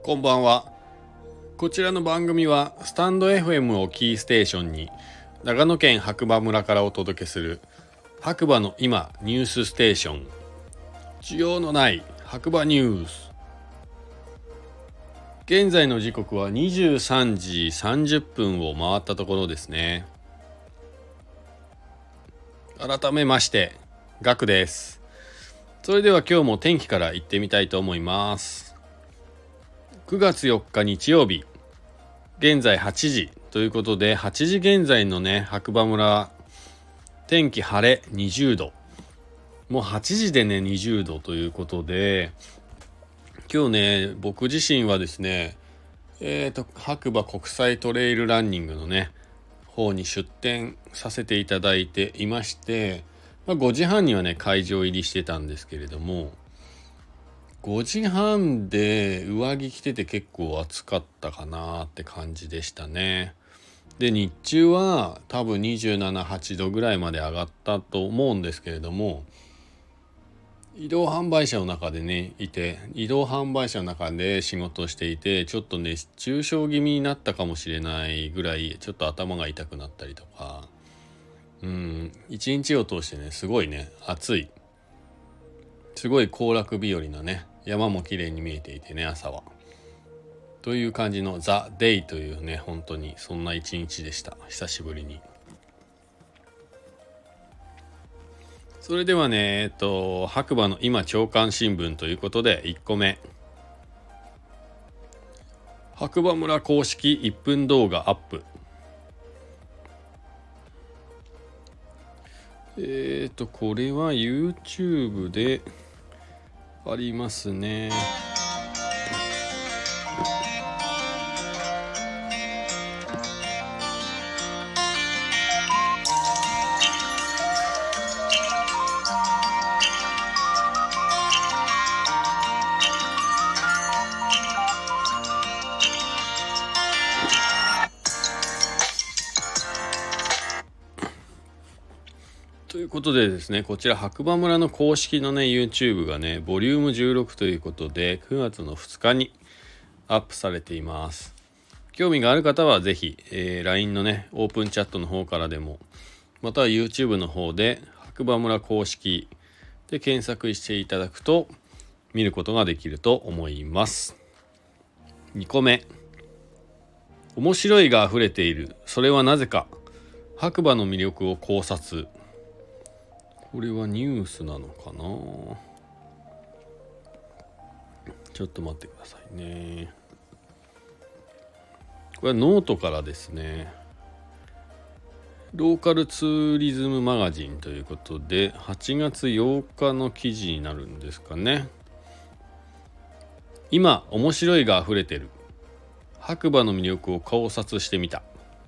こんばんは。こちらの番組はスタンド FM をキーステーションに長野県白馬村からお届けする白馬の今ニュースステーション、需要のない白馬ニュース。現在の時刻は23時30分を回ったところですね。改めましてガクです。それでは今日も天気から行ってみたいと思います。9月4日日曜日、現在8時ということで、8時現在のね白馬村、天気晴れ20度、もう8時でね20度ということで、今日ね僕自身はですね白馬国際トレイルランニングのね方に出店させていただいていまして、5時半にはね会場入りしてたんですけれども、5時半で上着着てて結構暑かったかなって感じでしたね。で日中は多分27、8度ぐらいまで上がったと思うんですけれども、移動販売車の中で仕事をしていて、ちょっと熱中症気味になったかもしれないぐらいちょっと頭が痛くなったりとか、一日を通してねすごいね暑い、すごい行楽日和なね、山も綺麗に見えていてね、朝はという感じのザ・デイというね、本当にそんな一日でした。久しぶりに。それではね白馬の今朝刊新聞ということで、1個目、白馬村公式1分動画アップ。これは YouTube でありますね。ということでですね、こちら白馬村の公式のね YouTube がねボリューム16ということで9月の2日にアップされています。興味がある方はぜひ、LINE のねオープンチャットの方からでも、または YouTube の方で白馬村公式で検索していただくと見ることができると思います。2個目、面白いがあふれている、それはなぜか、白馬の魅力を考察。これはニュースなのかな、ちょっと待ってくださいね。これはノートからですね、ローカルツーリズムマガジンということで8月8日の記事になるんですかね。今面白いがあふれてる、白馬の魅力を考察してみた。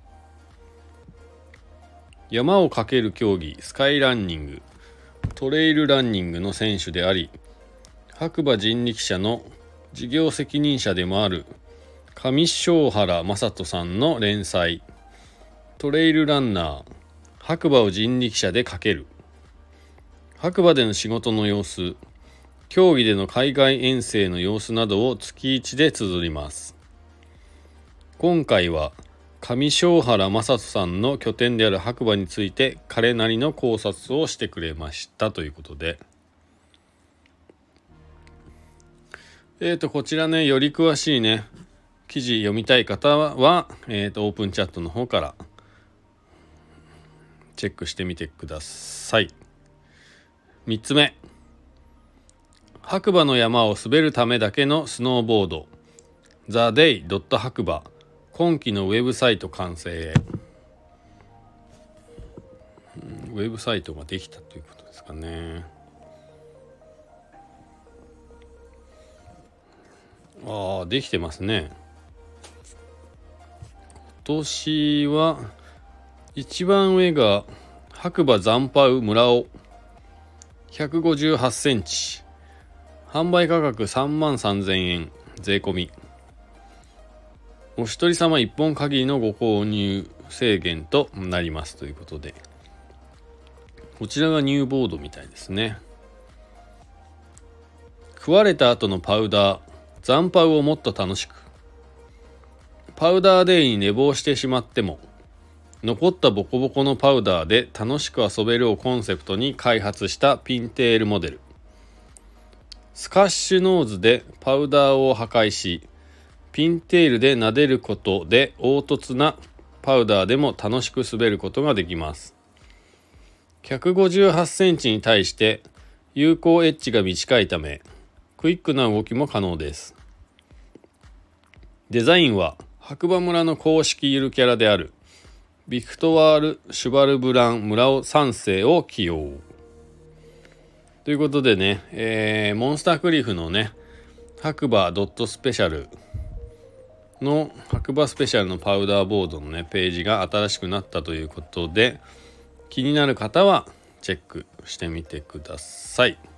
山を駆ける競技スカイランニング、トレイルランニングの選手であり、白馬人力車の事業責任者でもある上庄原正人さんの連載、トレイルランナー白馬を人力車で駆ける、白馬での仕事の様子、競技での海外遠征の様子などを月1で綴ります。今回は上庄原正人さんの拠点である白馬について彼なりの考察をしてくれましたということで、こちらねより詳しいね記事読みたい方は、オープンチャットの方からチェックしてみてください。3つ目、白馬の山を滑るためだけのスノーボード TheDay. 白馬、今期のウェブサイト完成へ。ウェブサイトができたということですかね。できてますね。今年は一番上が白馬残波村尾158センチ、販売価格33,000円税込み、お一人様1本限りのご購入制限となりますということで、こちらがニューボードみたいですね。食われた後のパウダー残パウをもっと楽しく。パウダーデーに寝坊してしまっても残ったボコボコのパウダーで楽しく遊べるをコンセプトに開発したピンテールモデル。スカッシュノーズでパウダーを破壊し、ピンテールで撫でることで凹凸なパウダーでも楽しく滑ることができます。158センチに対して有効エッジが短いためクイックな動きも可能です。デザインは白馬村の公式ゆるキャラであるビクトワール・シュバルブラン村尾3世を起用ということでね、モンスタークリフのね白馬ドットスペシャルの白馬スペシャルのパウダーボードのねページが新しくなったということで、気になる方はチェックしてみてください。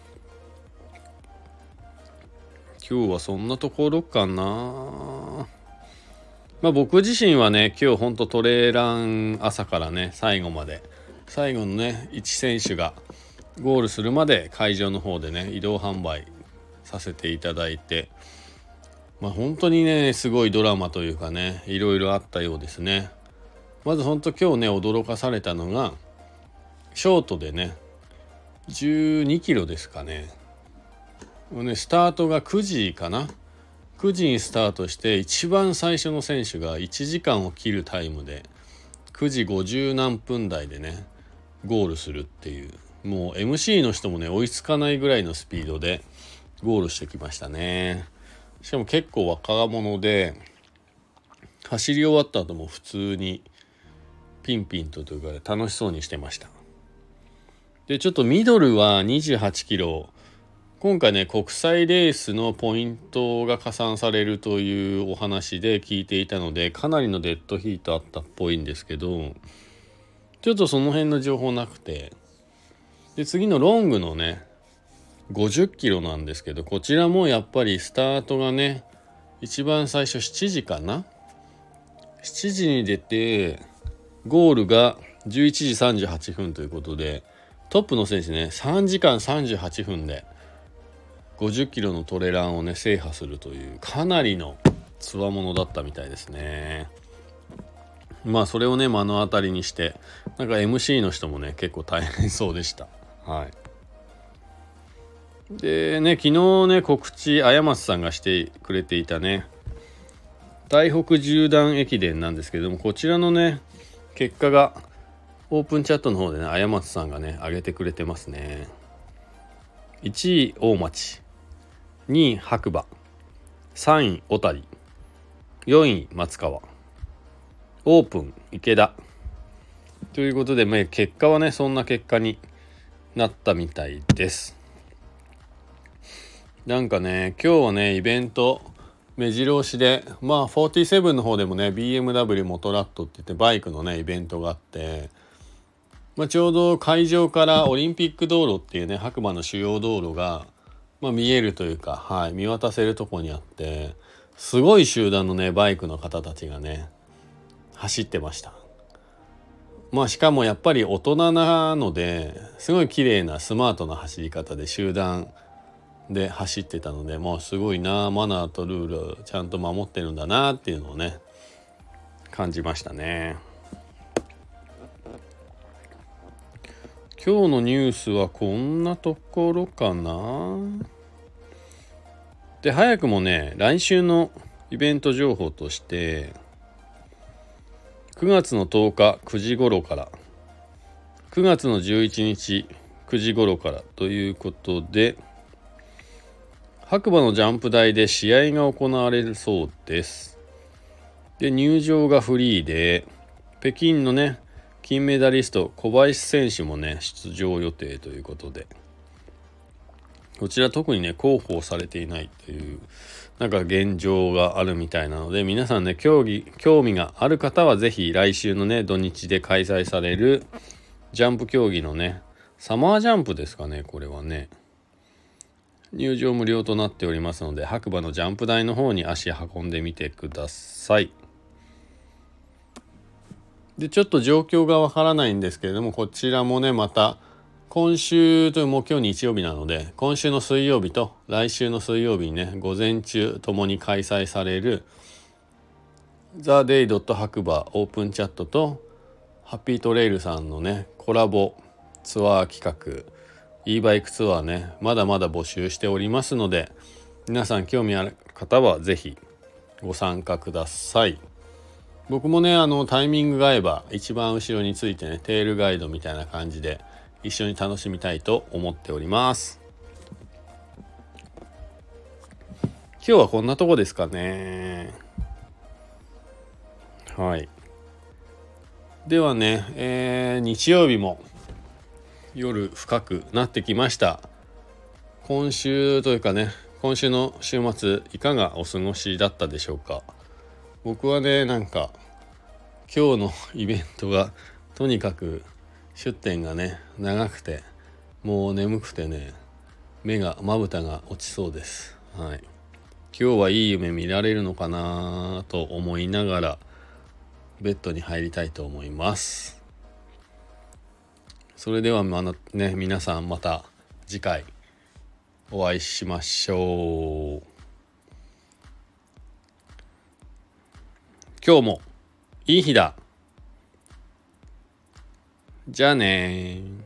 今日はそんなところかな。僕自身はね今日ほんとトレラン朝からね最後のね1選手がゴールするまで会場の方でね移動販売させていただいて、本当にねすごいドラマというかねいろいろあったようですね。まず本当今日ね驚かされたのがショートでね12キロですかね、スタートが9時かな、9時にスタートして一番最初の選手が1時間を切るタイムで9時50何分台でねゴールするっていう、もう MC の人もね追いつかないぐらいのスピードでゴールしてきましたね。しかも結構若者で走り終わった後も普通にピンピンというか楽しそうにしてました。でちょっとミドルは28キロ、今回ね国際レースのポイントが加算されるというお話で聞いていたのでかなりのデッドヒートあったっぽいんですけど、ちょっとその辺の情報なくて、で次のロングのね50キロなんですけど、こちらもやっぱりスタートがね一番最初7時かな、7時に出てゴールが11時38分ということで、トップの選手ね3時間38分で50キロのトレランをね制覇するというかなりのつわものだったみたいですね。それをね目の当たりにしてなんか MC の人もね結構大変そうでした。でね昨日ね告知あやまつさんがしてくれていたね台北縦断駅伝なんですけれども、こちらのね結果がオープンチャットの方でねあやまつさんがね上げてくれてますね。1位大町、2位白馬、3位小谷、4位松川、オープン池田ということで、結果はねそんな結果になったみたいです。なんかね今日はねイベント目白押しで47の方でもね BMW モトラットって言ってバイクのねイベントがあって、ちょうど会場からオリンピック道路っていうね白馬の主要道路が、見えるというか、見渡せるとこにあって、すごい集団のねバイクの方たちがね走ってました。しかもやっぱり大人なのですごい綺麗なスマートな走り方で集団で走ってたので、もうすごいな、マナーとルールちゃんと守ってるんだなっていうのをね感じましたね。今日のニュースはこんなところかな。で早くもね来週のイベント情報として9月の10日9時頃から9月の11日9時頃からということで、白馬のジャンプ台で試合が行われるそうです。で入場がフリーで、北京のね金メダリスト小林選手もね出場予定ということで、こちら特にね広報されていないというなんか現状があるみたいなので、皆さんね興味がある方はぜひ来週のね土日で開催されるジャンプ競技のねサマージャンプですかね、これはね入場無料となっておりますので、白馬のジャンプ台の方に足運んでみてください。でちょっと状況がわからないんですけれども、こちらもねまた今週ともう今日日曜日なので、今週の水曜日と来週の水曜日にね、午前中ともに開催されるザ・デイ・白馬オープンチャットとハッピートレイルさんのねコラボツアー企画 e バイクツアーね、まだまだ募集しておりますので、皆さん興味ある方はぜひご参加ください。僕もねタイミングが合えば一番後ろについてねテールガイドみたいな感じで一緒に楽しみたいと思っております。今日はこんなとこですかね。はい。ではね、日曜日も夜深くなってきました。今週というかね、今週の週末いかがお過ごしだったでしょうか。僕はね今日のイベントがとにかく出店がね長くてもう眠くてねまぶたが落ちそうです。はい。今日はいい夢見られるのかなと思いながらベッドに入りたいと思います。それでは皆さんまた次回お会いしましょう。今日もいい日だ。じゃあね。